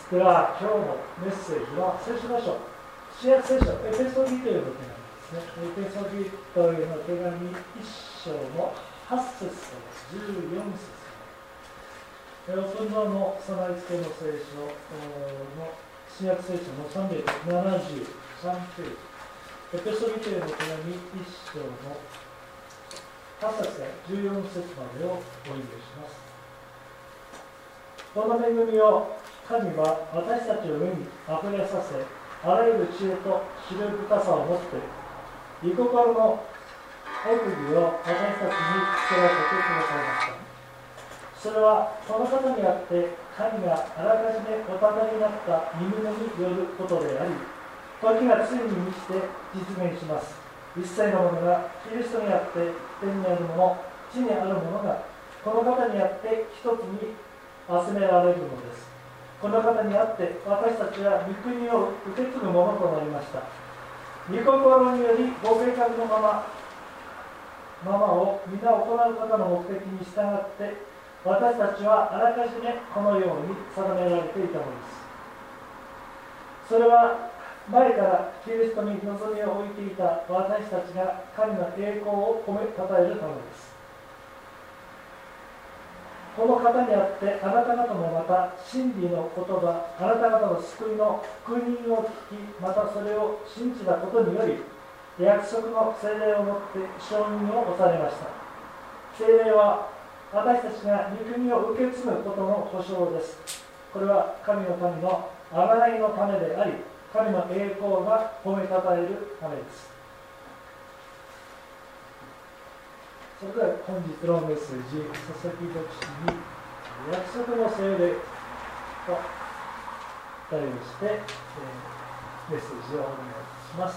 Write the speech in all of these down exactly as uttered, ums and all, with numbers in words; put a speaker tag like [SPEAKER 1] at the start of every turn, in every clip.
[SPEAKER 1] では、今日のメッセージは聖書箇所、新約聖書、エペソビトへの手紙ですね。エペソビトへの手紙いっ章のはち節からじゅうよん節まで。オープンドアの備え付けの聖書の新約聖書のさんびゃくななじゅうさんページ。エペソビトへの手紙いっ章のはち節からじゅうよん節までをお読みします。この恵みを神は私たちを上にあふれさせ、あらゆる知恵と知る深さを持って、御心の奥義を私たちに知らせてくださいました。それはこの方にあって、神があらかじめお語りになった御胸によることであり、時がついに満ちて実現します。一切のものがキリストにあって天にあるもの、地にあるものがこの方にあって一つに集められるのです。この方にあって私たちは御国を受け継ぐものとなりました。御心によりご計画のままままを皆行う方の目的に従って私たちはあらかじめこのように定められていたのです。それは前からキリストに望みを置いていた私たちが神の栄光を褒めたたえるためです。この方にあってあなた方もまた真理の言葉、あなた方の救いの福音を聞き、またそれを信じたことにより約束の聖霊をもって承認をされました。聖霊は私たちが御国を受け継ぐことの保証です。これは神の民の贖いのためであり、神の栄光が褒めたたえるためです。それでは本日のメッセージ、佐々木牧師に約束の聖霊と題をして、えー、メッセージをお願いします。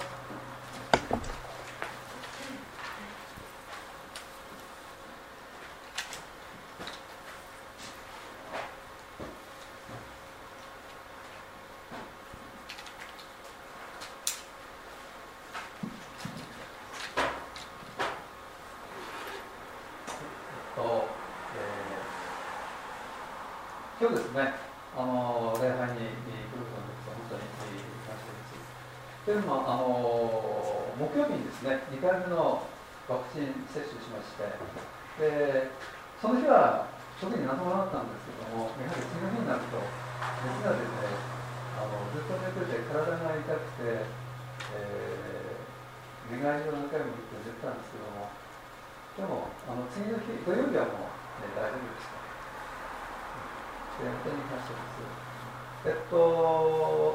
[SPEAKER 2] 今日ですね、あの礼拝に来ることに本当に感謝です。というのも、あの木曜日にですね、にかいめのワクチン接種しまして、でその日は特に何ともなかったんですけども、やはり次の日になると、熱が出て、あのずっと寝てて、体が痛くて、えー、寝返りを何回も打って寝てたんですけども、でも、あの次の日、土曜日はもう、ね、大丈夫でした。本当に感謝です。えっと、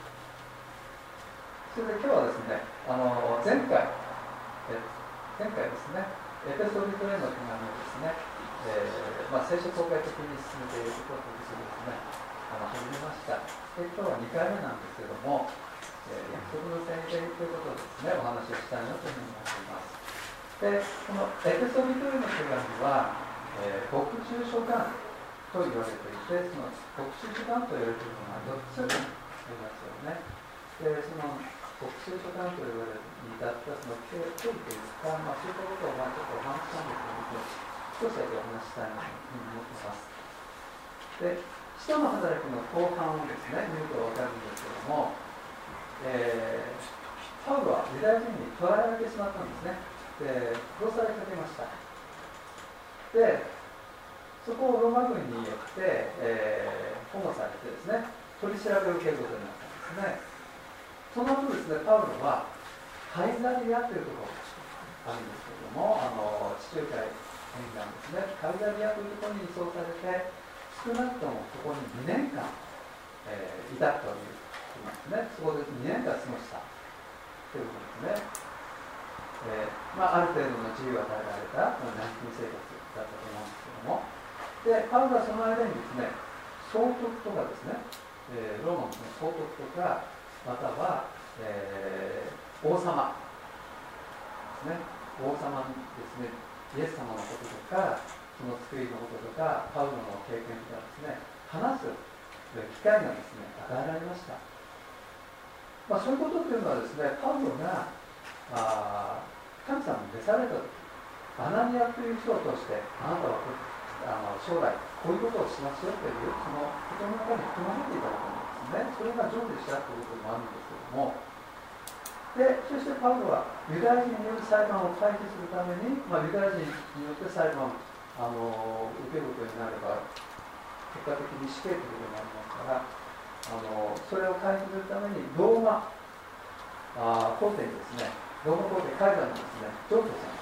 [SPEAKER 2] それで今日はですね、あの前回、え前回ですね、エペソビトへの手紙をですね、えーまあ、聖書公開的に進めていることとですね、あの始めました。で今日はにかいめなんですけども、えー、約束の宣言ということをですね、お話をしたいなというふうに思っています。で、このエペソビトへの手紙は、えー、牧中書簡と言われていて、その牧師書簡と言われているのがよっつありますよね。で、その牧師書簡と言われるに至ったその経緯というか、まあ、そういったことをまあちょっとお話したんですけども、少しだけお話したいなというふうに思っています。で、使徒の働きの後半をですね、見ると分かるんですけども、えー、パウロはユダヤ人に捕らえられてしまったんですね。で、殺されかけました。で、そこをローマ軍によって、えー、保護されてですね、取り調べを受けることになったんですね。その後ですね、パウロはカイザリアというところがあるんですけれども、あの地中海沿岸ですね、カイザリアというところに移送されて、少なくともここににねんかん、えー、いたということなんですね。そこでにねんかん過ごしたということですね。えーまあ、ある程度の自由を与えられた軟禁生活だったと思うんですけども、で、パウロはその間にですね、総督とかですね、えー、ローマの総督とか、または、えー、王様ですね、王様にですね、イエス様のこととか、その救いのこととか、パウロの経験とかですね、話す機会がですね、与えられました。まあ、そういうことというのはですね、パウロがあ神様に召されたとき、アナニアという人を通して、あなたはあの将来こういうことをしますよというそのことの中に含まれていたと思います。 ね、それが成就したということもあるんですけども、でそしてパウロはユダヤ人による裁判を回避するために、まあ、ユダヤ人によって裁判をあの受けることになれば結果的に死刑ということになりますから、あのそれを回避するためにローマあ皇帝にですね、ローマ皇帝カイザーにですね、譲渡したん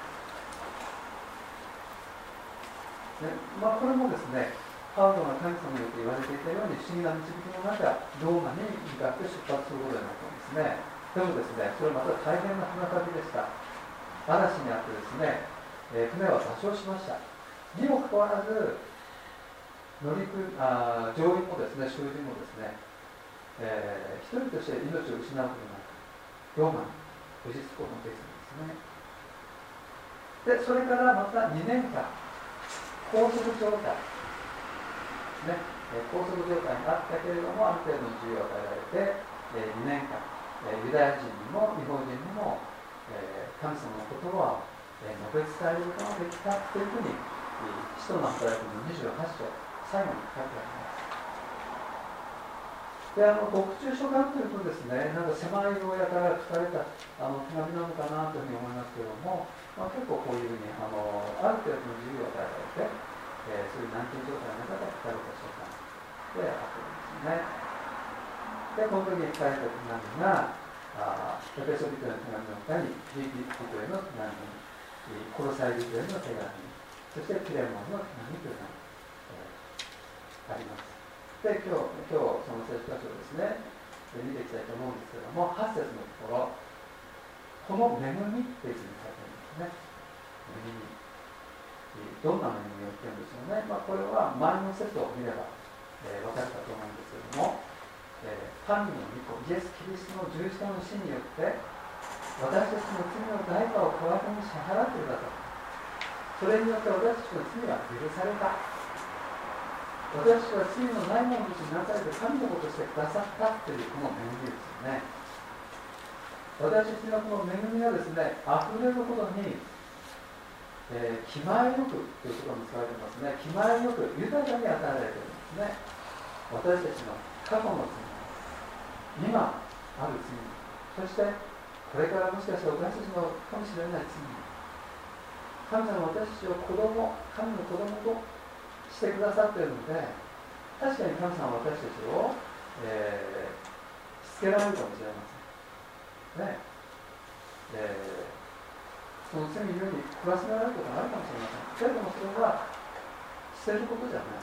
[SPEAKER 2] ですね。ね、まあ、これもですね、パウロが神様によって言われていたように不思議な導きの中、ローマに向かって出発することになったんですね。でもですね、それまた大変な船旅でした。嵐にあってですね、えー、船は座礁しました。にもかかわらず、乗組あ乗員もですね、囚人もですね、えー、一人として命を失うことなく、ローマに無事着くことができたんですね。で、それからまたにねんかん、拘束状態、ね、拘束状態にあったけれども、ある程度の自由を与えられて、えー、にねんかん、ユダヤ人にも日本人にも、えー、神様の言葉を、えー、述べ伝えることができたというふうに、使徒の働きのにじゅうはち章、最後に書いてあります。で、あの獄中書簡というとですね、なんか狭い牢屋から書かれたあの手紙なのかなというふうに思いますけれども、まあ、結構こういうふうにあのある程度の自由を与えられて、えー、そういう軟禁状態の中で書かれた書簡であったんですね。で、この時に書いた手紙が、あエペソビトへの手紙の他に、フィリピ人への手紙、コロサイ人への手紙、そしてピレモンの手紙というのが、えー、あります。で、今日、今日その聖書箇所をですね、見ていきたいと思うんですけれども、はち節のところ、この恵みっていうふうに書いてありますね。恵み。どんな恵みを言ってるんでしょうね。まあ、これは前の節を見れば、えー、分かるかと思うんですけれども、えー、神の御子イエス・キリストの十字架の死によって私たちの罪の代価を代わりに支払ってくださった。それによって私たちの罪は許された。私たちは罪のないものとしてなされて神の子としてくださったというこの恵みですよね。私たちのこの恵みがですね、あふれるほどに、えー、気前よくということも使われていますね。気前よく豊かに与えられているんですね。私たちの過去の罪、今ある罪、そしてこれからもしかしたら私たちのかもしれない罪、神様は私たちを子供、神の子供としてくださっているので、確かに神様は私たちを、えー、しつけられるかもしれませんね。えー、その罪のように懲らしめられることがあるかもしれません。けれどもそれは捨てることじゃない。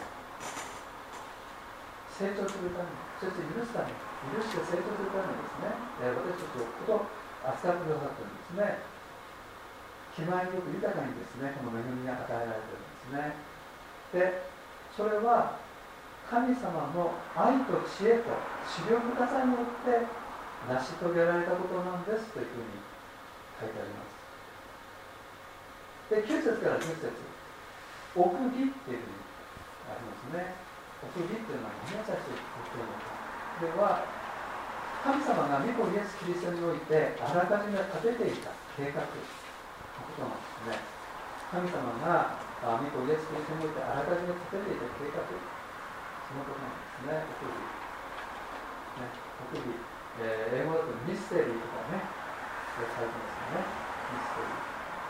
[SPEAKER 2] 成長するために、そして許すために、許して成長するためにですね、えー、私たちをこと扱ってくださっているんですね。気前よく豊かにですね、この恵みが与えられているんですね。で、それは神様の愛と知恵と知力深さによって成し遂げられたことなんですというふうに書いてあります。で、きゅう節からじゅっ節、奥義っていうふうにありますね。奥義というのは何を指しているのか。それは神様が御子イエス・キリストにおいてあらかじめ立てていた計画のことなんですね。神様が御子イエス・キリストにおいてあらかじめ立てていた計画、そのことなんですね。奥義、ね、奥義、えー、英語だとミステリーとかね、それされてますよね。ミステリー、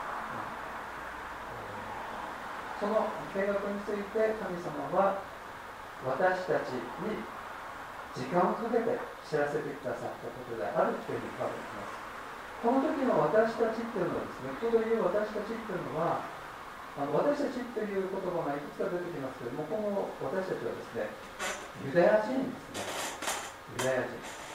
[SPEAKER 2] うんえー、その計画について神様は私たちに時間をかけて知らせてくださったことであるというふうに書かれています。この時の私たちっていうのはですね、ここで言う私たちっていうのは、あの私たちっていう言葉がいくつか出てきますけれども、この私たちはですね、ユダヤ人ですね。ユダヤ人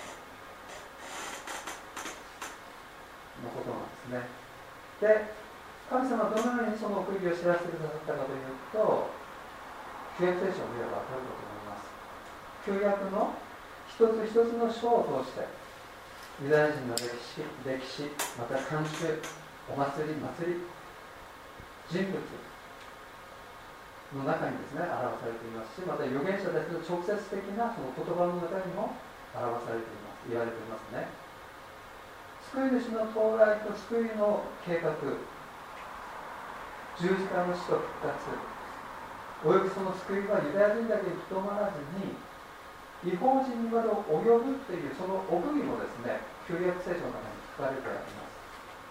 [SPEAKER 2] のことなんですね。で、神様はどのようにその奥義を知らせてくださったかというと、旧約聖書を見れば分かるかと思います。旧約の一つ一つの書を通してユダヤ人の歴史、歴史、また慣習、お祭り、祭り、人物の中にですね、表されていますし、また預言者たちの直接的なその言葉の中にも表されています、言われていますね。救い主の到来と救いの計画、十字架の死と復活、およびその救いはユダヤ人だけにとどまらずに、 違法人にまで及ぶというその奥義もですね、旧約聖書の中に書かれてあります。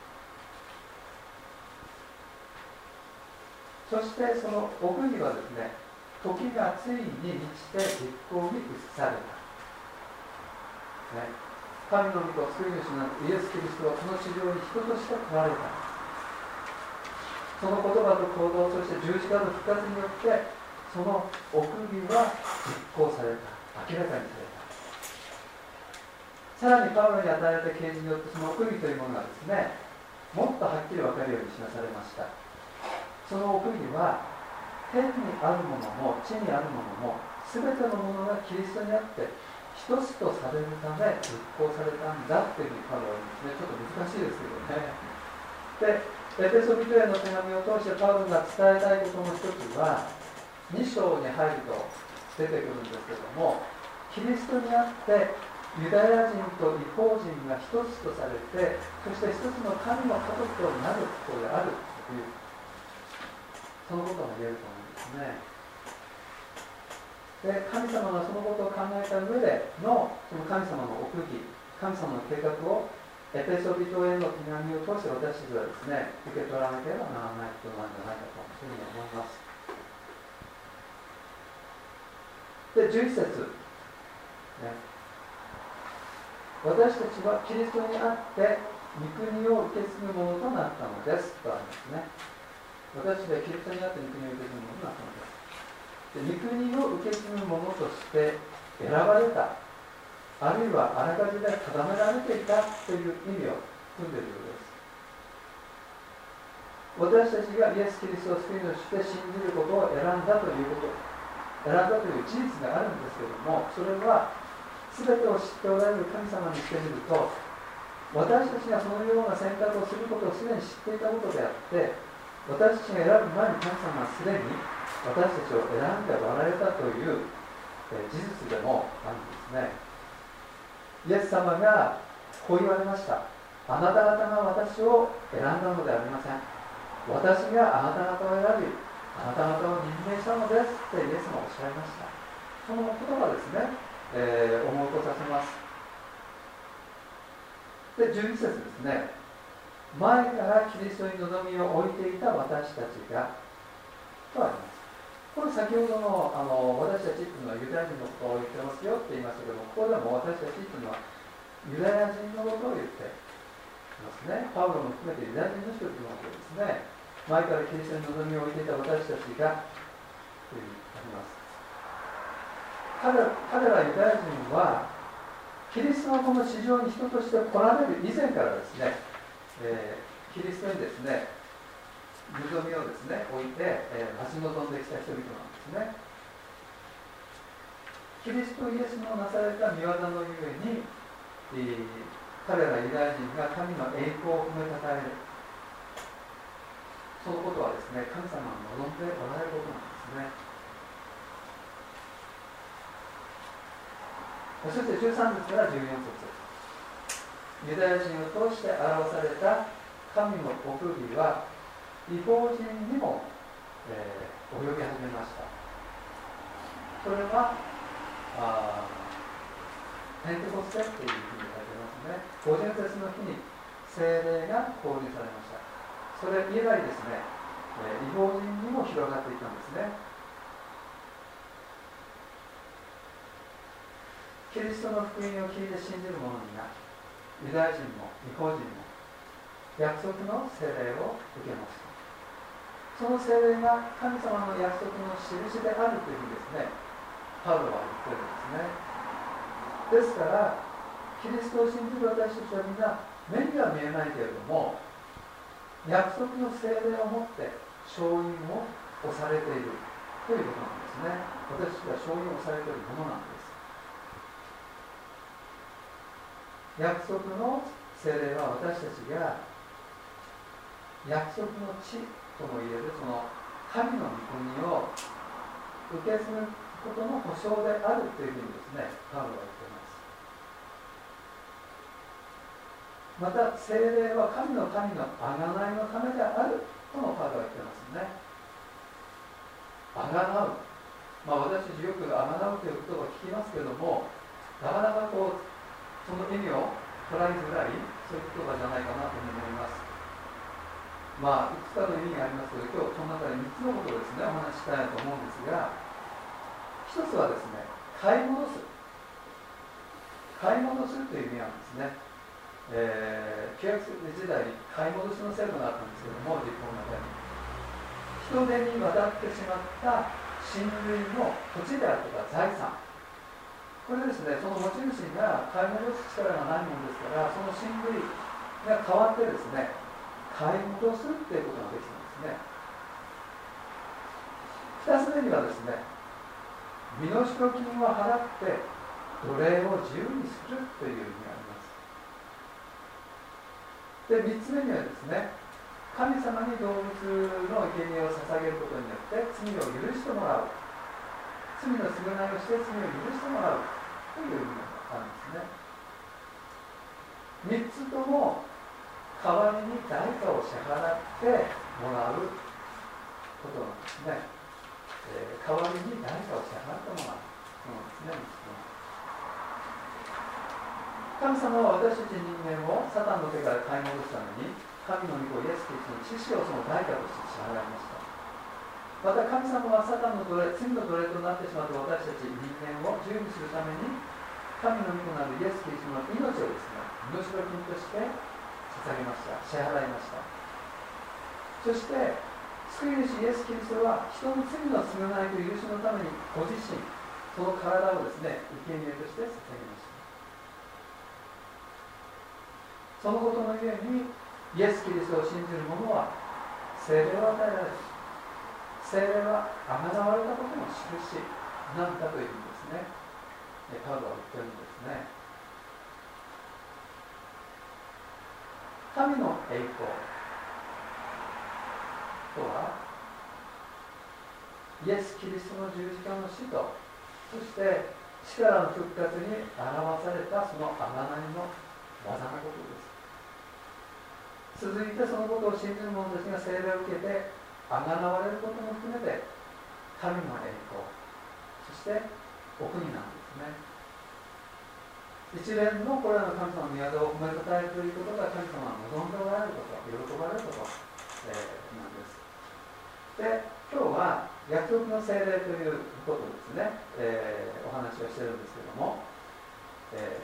[SPEAKER 2] そしてその奥義はですね、時がついに満ちて実行に移された、ね、神の御子救い主なるイエス・キリストはこの地上に人として来られた。その言葉と行動、そして十字架の復活によってその奥義は実行された、明らかにされた。さらにパウロに与えられた啓示によってその奥義というものがですね、もっとはっきり分かるように示されました。その奥義は天にあるものも地にあるものも全てのものがキリストにあって一つとされるため実行されたんだというふうにパウロは言うんですね。ちょっと難しいですけどね。でエペソビトへの手紙を通してパウロが伝えたいことの一つはに章に入ると出てくるんですけども、キリストにあってユダヤ人と異邦人が一つとされて、そして一つの神の家族となることであるという、そのことが言えると思うんですね。で、神様がそのことを考えた上でのその神様の奥義、神様の計画をエペソビトへの手紙を通して私たちはですね、受け取らなければならないことなんじゃないかというふうに思います。で、じゅういち節、ね、私たちはキリストにあって御国を受け継ぐものとなったのですとありますね。私たちはキリストにあって御国を受け継ぐものとなったのです。で、御国を受け継ぐものとして選ばれた、あるいはあらかじめ定められていたという意味を含んでいるようです。私たちがイエス・キリストを救い主として信じることを選んだということ、選んだという事実があるんですけれども、それは全てを知っておられる神様にしてみると、私たちがそのような選択をすることをすでに知っていたことであって、私たちが選ぶ前に神様はすでに私たちを選んでおられたという事実でもあるんですね。イエス様がこう言われました。あなた方が私を選んだのではありません。私があなた方を選び、あなた方を任命したのですってイエスもおっしゃいました。その言葉ですね、えー、思い起こさせます。で、じゅうに節ですね。前からキリストに望みを置いていた私たちがとあります。これ先ほどの、あの私たちっていうのはユダヤ人のことを言ってますよって言いましたけども、ここでも私たちっていうのはユダヤ人のことを言っていますね。パウロも含めてユダヤ人の人というわけですね。前からキリストに望みを置いていた私たちがというあります。彼ら、彼らユダヤ人はキリストがこの地上に人として来られる以前からですね、えー、キリストにですね望みをですね置いて、えー、待ち望んできた人々なんですね。キリストイエスのなされた御業のゆえに、えー、彼らユダヤ人が神の栄光を褒めたたえる、そのことはですね、神様が望んでおられることなんですね。そしてじゅうさん節からじゅうよん節、ユダヤ人を通して表された神の奥義は異邦人にも、えー、及び始めました。それはあペンテコステっていうふうに書いてますね。五旬節の日に聖霊が降臨されました。それ以来ですね、えー、異邦人にも広がっていったんですね。キリストの福音を聞いて信じる者にはユダヤ人も異邦人も約束の聖霊を受けました。その聖霊が神様の約束の印であるというふうにですね、パウロは言ってるんですね。ですからキリストを信じる私たちはみんな目には見えないけれども、約束の聖霊を持って勝因を押されているということなんですね。私たちは勝因を押されているものなんです。約束の聖霊は私たちが約束の地ともいえるその神の御国を受け継ぐことの保証であるというふうにですね、パウロは言っています。また聖霊は神の神の贖いのためであるともパウロは言っていますね。贖う、 まあ、私たちよくあがなうという言葉を聞きますけれども、なかなかこうその意味を捉えづらい、そういう言葉じゃないかなというふうに思います。まあ、いくつかの意味がありますけど、今日その中でみっつのことをですね、お話ししたいと思うんですが、一つはですね、買い戻す。買い戻すという意味なんですね。えー、旧約時代に買い戻しの制度があったんですけども、立法の中に。人手に渡ってしまった親類の土地であるとか財産。これですね、その持ち主が買い戻す力がないものですから、その親類が変わってですね、買い戻すということができたんですね。二つ目にはですね、身代金を払って奴隷を自由にするという意味があります。で、三つ目にはですね、神様に動物の生贄を捧げることによって罪を許してもらう、罪の償いをして罪を許してもらうという意味があるんですね。三つとも代わりに代価を支払ってもらうことなんですね。えー、代わりに代価を支払ってもらうそうなんですね。神様は私たち人間をサタンの手から買い戻すために、神の御子イエス・キリストの知識をその代価として支払いました。また神様はサタンの奴隷、罪の奴隷となってしまった私たち人間を自由にするために、神の御子なるイエス・キリストの命をですね、身代金として捧げました。支払いました。そして救い主イエス・キリストは人の罪の償いと許しのためにご自身、その体をですね、生贄として捧げました。そのことのゆえにイエス・キリストを信じる者は聖霊を与えられる。聖霊はあがなわれたことの印なんだという意味ですね。パウロは言ってるんですね。神の栄光とはイエス・キリストの十字架の死と、そして死からの復活に表されたそのあがないの技のことです。続いてそのことを信じる者たちが聖霊を受けてあがなわれることも含めて神の栄光、そしてお国なんですね。一連のこれらの神様の宮を褒めたたえるということが神様が望んでおられること、喜ばれること、えー、なんです。で、今日は約束の聖霊ということですね、えー、お話をしてるんですけども、え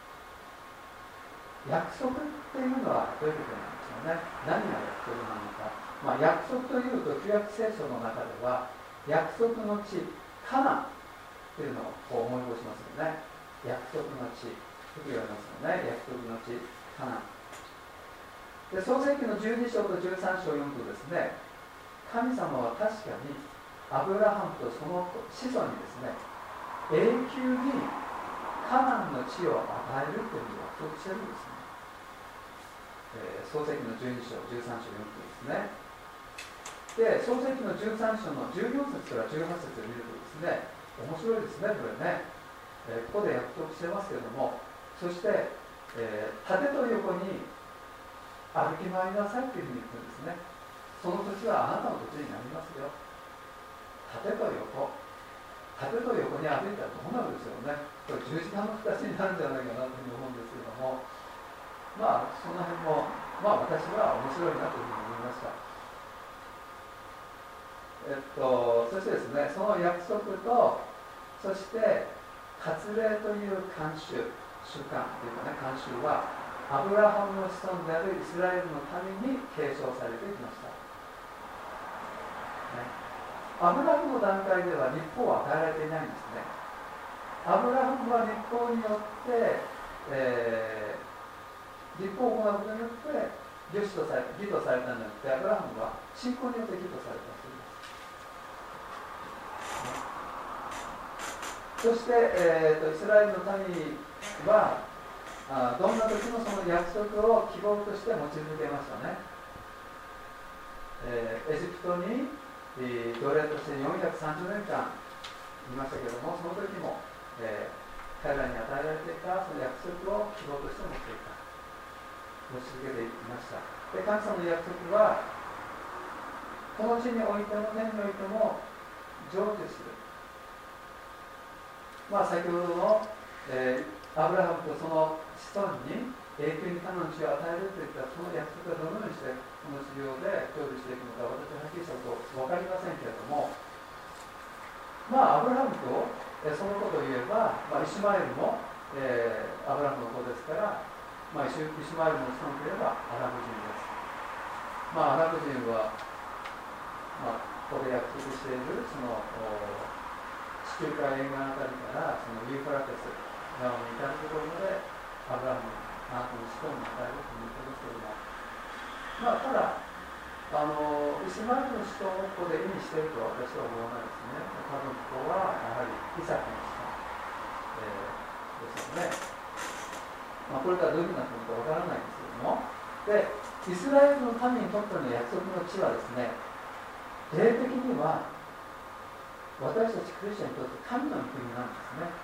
[SPEAKER 2] ー、約束っていうのはどういうことなんですかね。何が約束なのか。まあ、約束というと旧約聖書の中では約束の地カナンっていうのを思い起こしますよね。約束の地、よく言われますよね。約束の地カナンで、創世記のじゅうに章とじゅうさん章を読むとですね、神様は確かにアブラハムとその子孫にですね、永久にカナンの地を与えるという約束してるんですね。えー、創世記のじゅうに章、じゅうさん章を読むとですね、で、創世記のじゅうさん章のじゅうよん節からじゅうはち節を見るとですね、面白いですね、これね。えー、ここで約束してますけれども、そして、えー、縦と横に歩き回りなさいというふうに言ってるんですね。その土地はあなたの土地になりますよ。縦と横。縦と横に歩いたらどうなるでしょうね。これ十字架の形になるんじゃないかなというふうに思うんですけれども、まあ、その辺も、まあ、私は面白いなというふうに思いました。えっと、そしてですね、その約束と、そして割礼という慣習、習慣というかね、慣習はアブラハムの子孫であるイスラエルの民に継承されてきました、ね、アブラハムの段階では律法は与えられていないんですね。アブラハムは律法によって、えー、律法を行うことによって義とされ義とされたんじゃなくて、アブラハムは信仰によって義とされたという。そして、えーと、イスラエルの民はあどんな時もその約束を希望として持ち続けましたね。えー、エジプトに、えー、奴隷としてよんひゃくさんじゅうねんかんいましたけれども、その時も、えー、彼らに与えられていたその約束を希望として持っていた持ち続けていました。で、神様の約束はこの地においても天においても成就する。 まあ、先ほどの、えー、アブラハムとその子孫に永久に神の地を与えるといったその約束がどのようにしてこの授業で成就していくのか、私ははっきりしたこと分かりませんけれども、まあアブラハムと、えー、そのことを言えば、まあ、イシュマエルも、えー、アブラハムの子ですから、まあ、イシュマエルの子孫といえばアラブ人です。まあ、アラブ人は、まあ、ここで約束しているその地中海沿岸あたりからそのユーフラテス川に至るところまでアブラハムあなたの子孫に与えるということですけれども、まあ、ただあのイスマエルの子孫をここで意味しているとは私は思わないですね。多分ここはやはりイサクの子孫、えー、ですよね。まあ、これからどういうふうになっているのかわからないんですけれども、でイスラエルの民にとっての約束の地はですね、霊的には私たちクリスチャンにとって神の御国なんですね。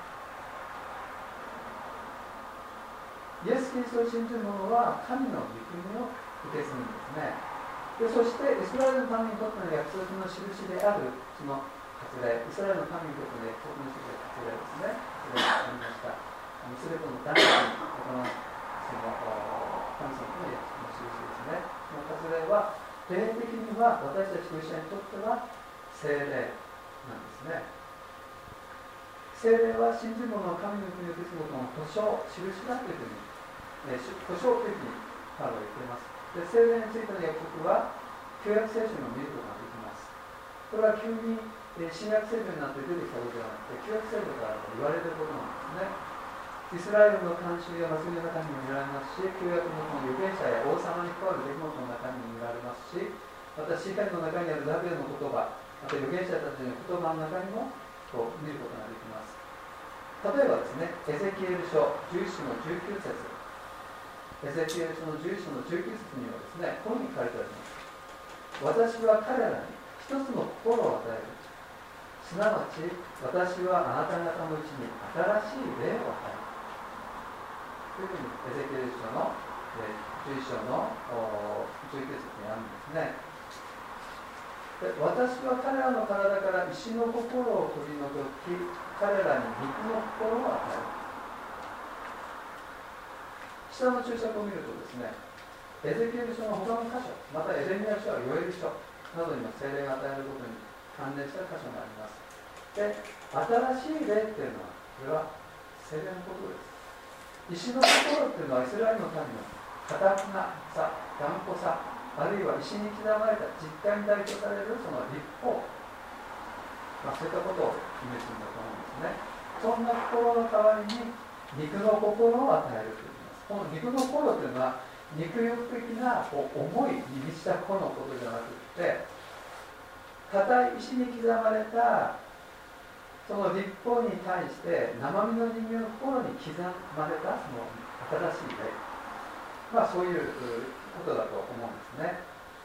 [SPEAKER 2] イエス・キリストを信じる者は神の御国を受け継ぐんですね。でそしてイスラエルの民にとっての約束の印であるその割礼、イスラエルの民にとっての約束の印で割礼ですね。割礼がありました。すべての男子に行うその神様の約束の印ですね。その割礼は霊的には私たちクリスチャンにとっては聖霊なんですね。聖霊は信じる者の神の国を受け継ぐことの保証、印だというふうに、えー、保証というふうにパウロは言っています。で聖霊についての約束は旧約聖書にも見ることができます。これは急に、えー、新約聖書になって出てきたことではなくて、旧約聖書から言われていることなんですね。イスラエルの慣習や祭りの中にも見られますし、旧約の預言者や王様に関わる出来事の中にも見られますし、また詩篇の中にあるダビデの言葉、また預言者たちの言葉の中にもこう見ることができます。例えばですね、エゼキエル書じゅういち章のじゅうきゅう節、エゼキエル書のじゅういち章のじゅうきゅう節にはですね、こういうふうに書いてあります。私は彼らに一つの心を与える。すなわち、私はあなた方のうちに新しい霊を与える。というふうにエゼキエル書のじゅういち章のじゅうきゅう節にあるんですね。で私は彼らの体から石の心を取り除き、彼らに肉の心を与える。下の注釈を見るとですね、エゼキエル書の他の箇所、またエレミヤ書やヨエル書などにも聖霊が与えることに関連した箇所があります。で、新しい霊っていうのは、これは聖霊のことです。石の心っていうのはイスラエルの民の堅くなさ、頑固さ、あるいは石に刻まれた実感に代表されるその立法、まあ、そういったことを意味するんだと思うんですね。そんな心の代わりに肉の心を与えるといいます。この肉の心というのは肉欲的なこう思いに満ちた心のことじゃなくて、硬い石に刻まれたその立法に対して生身の人間の心に刻まれたその新しい霊、まあそういうことだと思うんですね。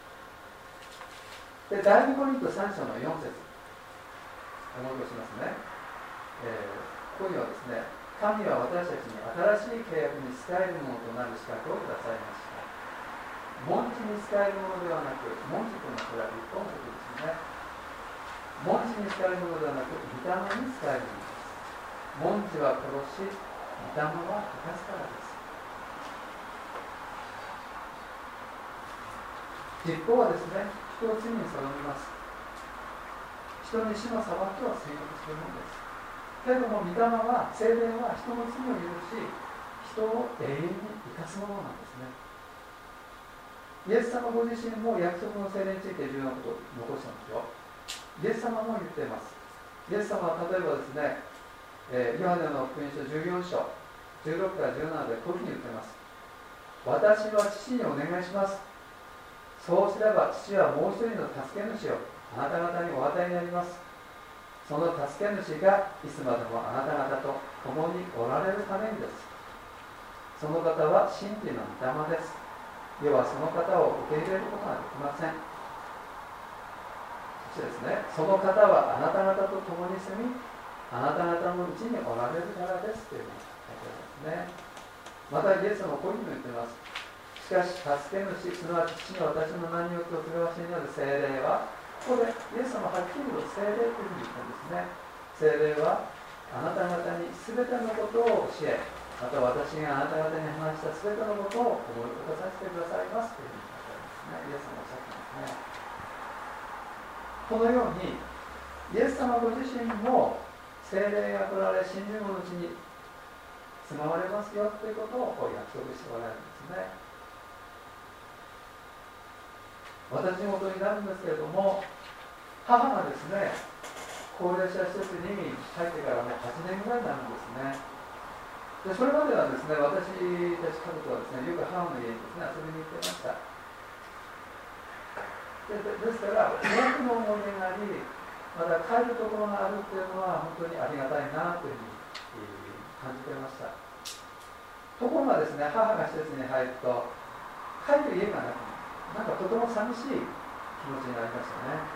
[SPEAKER 2] で、第二コリントさん章のよん節、思い出しますね。えー、ここにはですね、神は私たちに新しい契約に仕えるものとなる資格をくださいました。文字に仕えるものではなく、文字というのはこれは立法のことですね。文字に仕えるものではなく、御霊に仕えるものです。文字は殺し、御霊は生かすからです。立法はですね、人を罪に定めます。人に死の裁きを宣告するものです。けれども、御霊は、聖霊は人の罪を許し、人を永遠に生かすものなんですね。イエス様ご自身も約束の聖霊について重要なことを残したんですよ。イエス様も言っています。イエス様は例えばですね、えー、ヨハネの福音書じゅうよん章じゅうろくからじゅうななでこういうふうに言っています。私は父にお願いします。そうすれば父はもう一人の助け主をあなた方にお与えになります。その助け主がいつまでもあなた方と共におられるためにです。その方は真理の御霊です。要はその方を受け入れることができません。そしてですね、その方はあなた方と共に住み、あなた方のうちにおられるからですというのが書いてありますね。またイエス様はこういうふうに言っています。しかし、助け主、すなわち父が私の名によってお告げしになる聖霊は、ここでイエス様ははっきりと聖霊というふうに言ったんですね。聖霊はあなた方に全てのことを教え、また私があなた方に話した全てのことを思い起こさせてくださいますというふうに書いてありますね。イエス様おっしゃってますね。このようにイエス様ご自身も聖霊が来られ信じる者のうちに住まわれますよということを約束しておられるんですね。私のことになるんですけれども、母がですね、高齢者施設に入ってからもうはちねんぐらいになるんですね。でそれまではですね、私たち家族はですね、よく母の家にですね、遊びに行ってました。で, で, ですから多くの思い出があり、また帰るところがあるっていうのは本当にありがたいなというふうに、えー、感じていました。ところがですね、母が施設に入ると帰る家がなく、なんかとても寂しい気持ちになりましたね。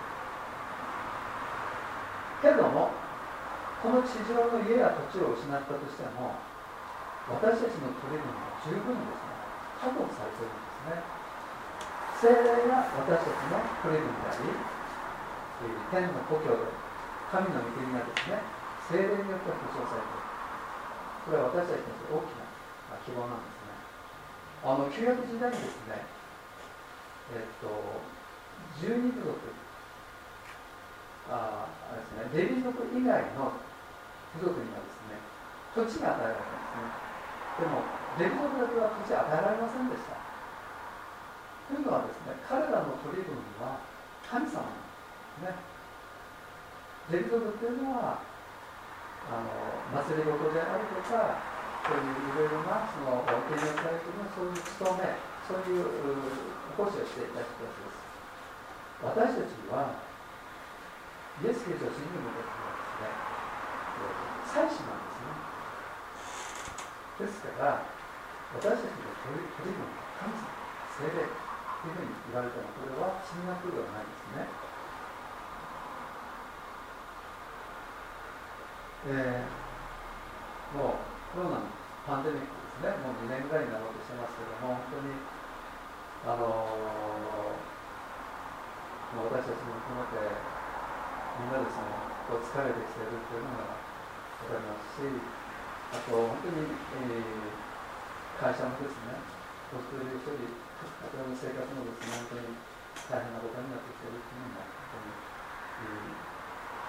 [SPEAKER 2] けれどもこの地上の家や土地を失ったとしても、私たちの取り分は十分にですね、確保されているんですね。聖霊が私たちの取り分であり、天の故郷で神の御国がですね、聖霊によって保証されている。これは私たちにとって大きな希望なんですね。あの旧約時代にですね、えっとじゅうに部族、ああれですね、レビ族以外の部族にはですね、土地が与えられたんですね。でもレビ族だけは土地与えられませんでした。というのはですね、彼らの取り分は神様なんですね。レビ族というのはあの祭り事であるとか、そういういろいろなその権力されているそういう務め、そういう奉仕をしていた人たちです。私たちはイエス・キリストを信じる者たちはですね、祭司なんですね。ですから私たちの取り分は神様、聖霊というふうに言われたのは、これは神学ではないですね。えー、もうコロナのパンデミックですね、もうにねんぐらいになろうとしてますけども、本当にあのー、私たちも含めてみんなですね、こう疲れてきているというのが分かりますし、あと本当に、えー、会社もですね、一人一人家庭の生活もですね、本当に大変なことになってきているというのも本当に、えー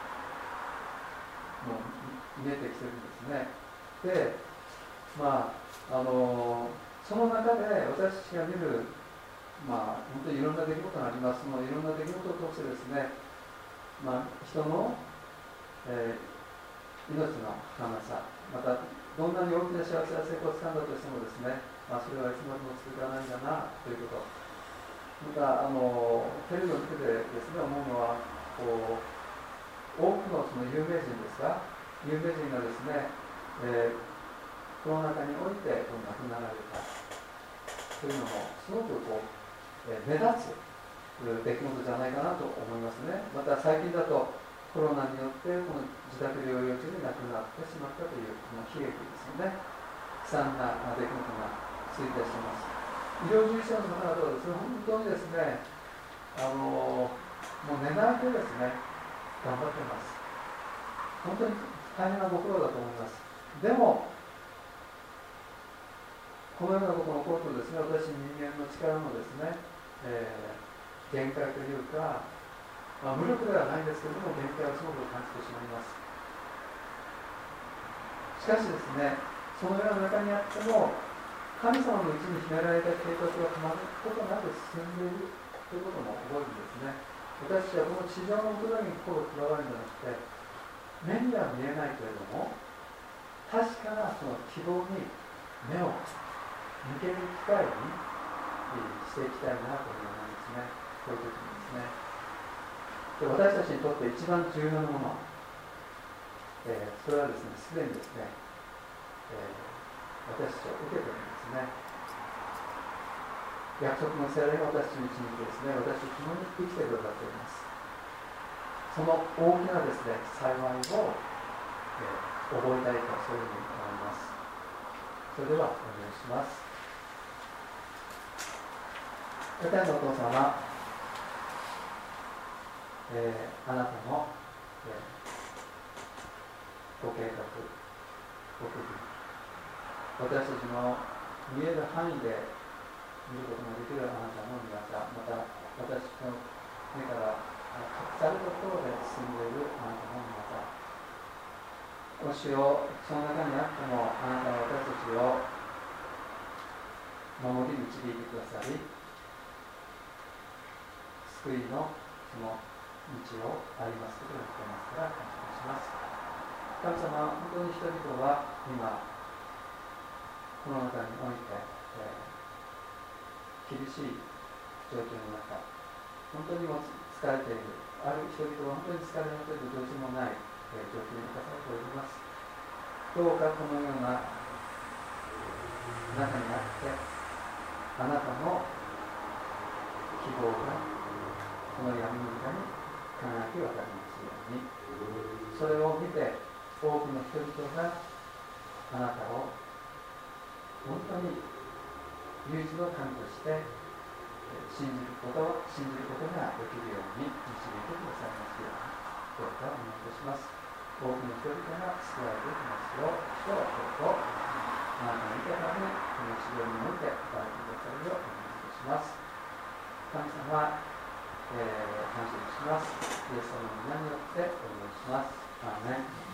[SPEAKER 2] もう見えてきてるんですね。で、まああのその中で私が見る、まあ本当にいろんな出来事があります。そのいろんな出来事を通してですね、まあ人の、えー、命の儚さ、またどんなに大きな幸せや成功をつかんだとしてもですね、まあそれはいつまでも続かないんだなということ。またあのテレビを見ててですね思うのはこう。多くのその有名人ですが、有名人がですね、えー、コロナ禍においてこう亡くなられたというのもすごくこう、えー、目立つ出来事じゃないかなと思いますね。また最近だとコロナによってこの自宅療養中に亡くなってしまったというこの悲劇ですよね。悲惨な出来事が続いてします。医療従事者の方々はですね、本当にですね、あのー、もう寝ないでですね頑張っています。本当に大変なご苦労だと思います。でもこのようなことが起こるとですね、私人間の力のですね、えー、限界というか、まあ、無力ではないんですけれども限界をすごく感じてしまいます。しかしですね、そのような中にあっても神様のうちに秘められた計画が止まることなく進んでいるということも覚えるんですね。私たちはこの地上のことに心をとらわれるんじゃなくて、目には見えないけれども確かなその希望に目を向ける機会にしていきたいなという思うんですね。こういう時にですね。で私たちにとって一番重要なもの、えー、それはですね、すでにですね、えー、私たちは受けているんですね。約束の聖霊が私たちに導いてですね、私と共に生きてくださっています。その大きなですね、幸いを、えー、覚えたいとそういうふうに思います。それではお願いします。天のお父様、えー、あなたの、えご計画、ご工夫、私たちの見える範囲で見ることができるあなたの御業、また私の目から隠されたところで進んでいるあなたの御業、もしをその中にあってもあなたは私たちを守り導いてくださり、救いのその道を歩ますことができますから感謝します。神様、本当に人々は今この中において、えー、厳しい状況の中、本当にも疲れている、ある人々は本当に疲れ果てるどうしようもない、えー、状況に立たされております。どうかこのような中にあってあなたの希望がこの闇の中に輝き渡りますように、それを見て多くの人々があなたを本当に唯一の神として信じること信じることができるように導いてくださいますように、どうかお願いいたします。多くの人々が救われていきますよう、主をどうぞあなたの御方にこの治療において働いてくださるようお願いいたします。神様、えー、感謝します。イエス様の皆によってお願いします。アーメン。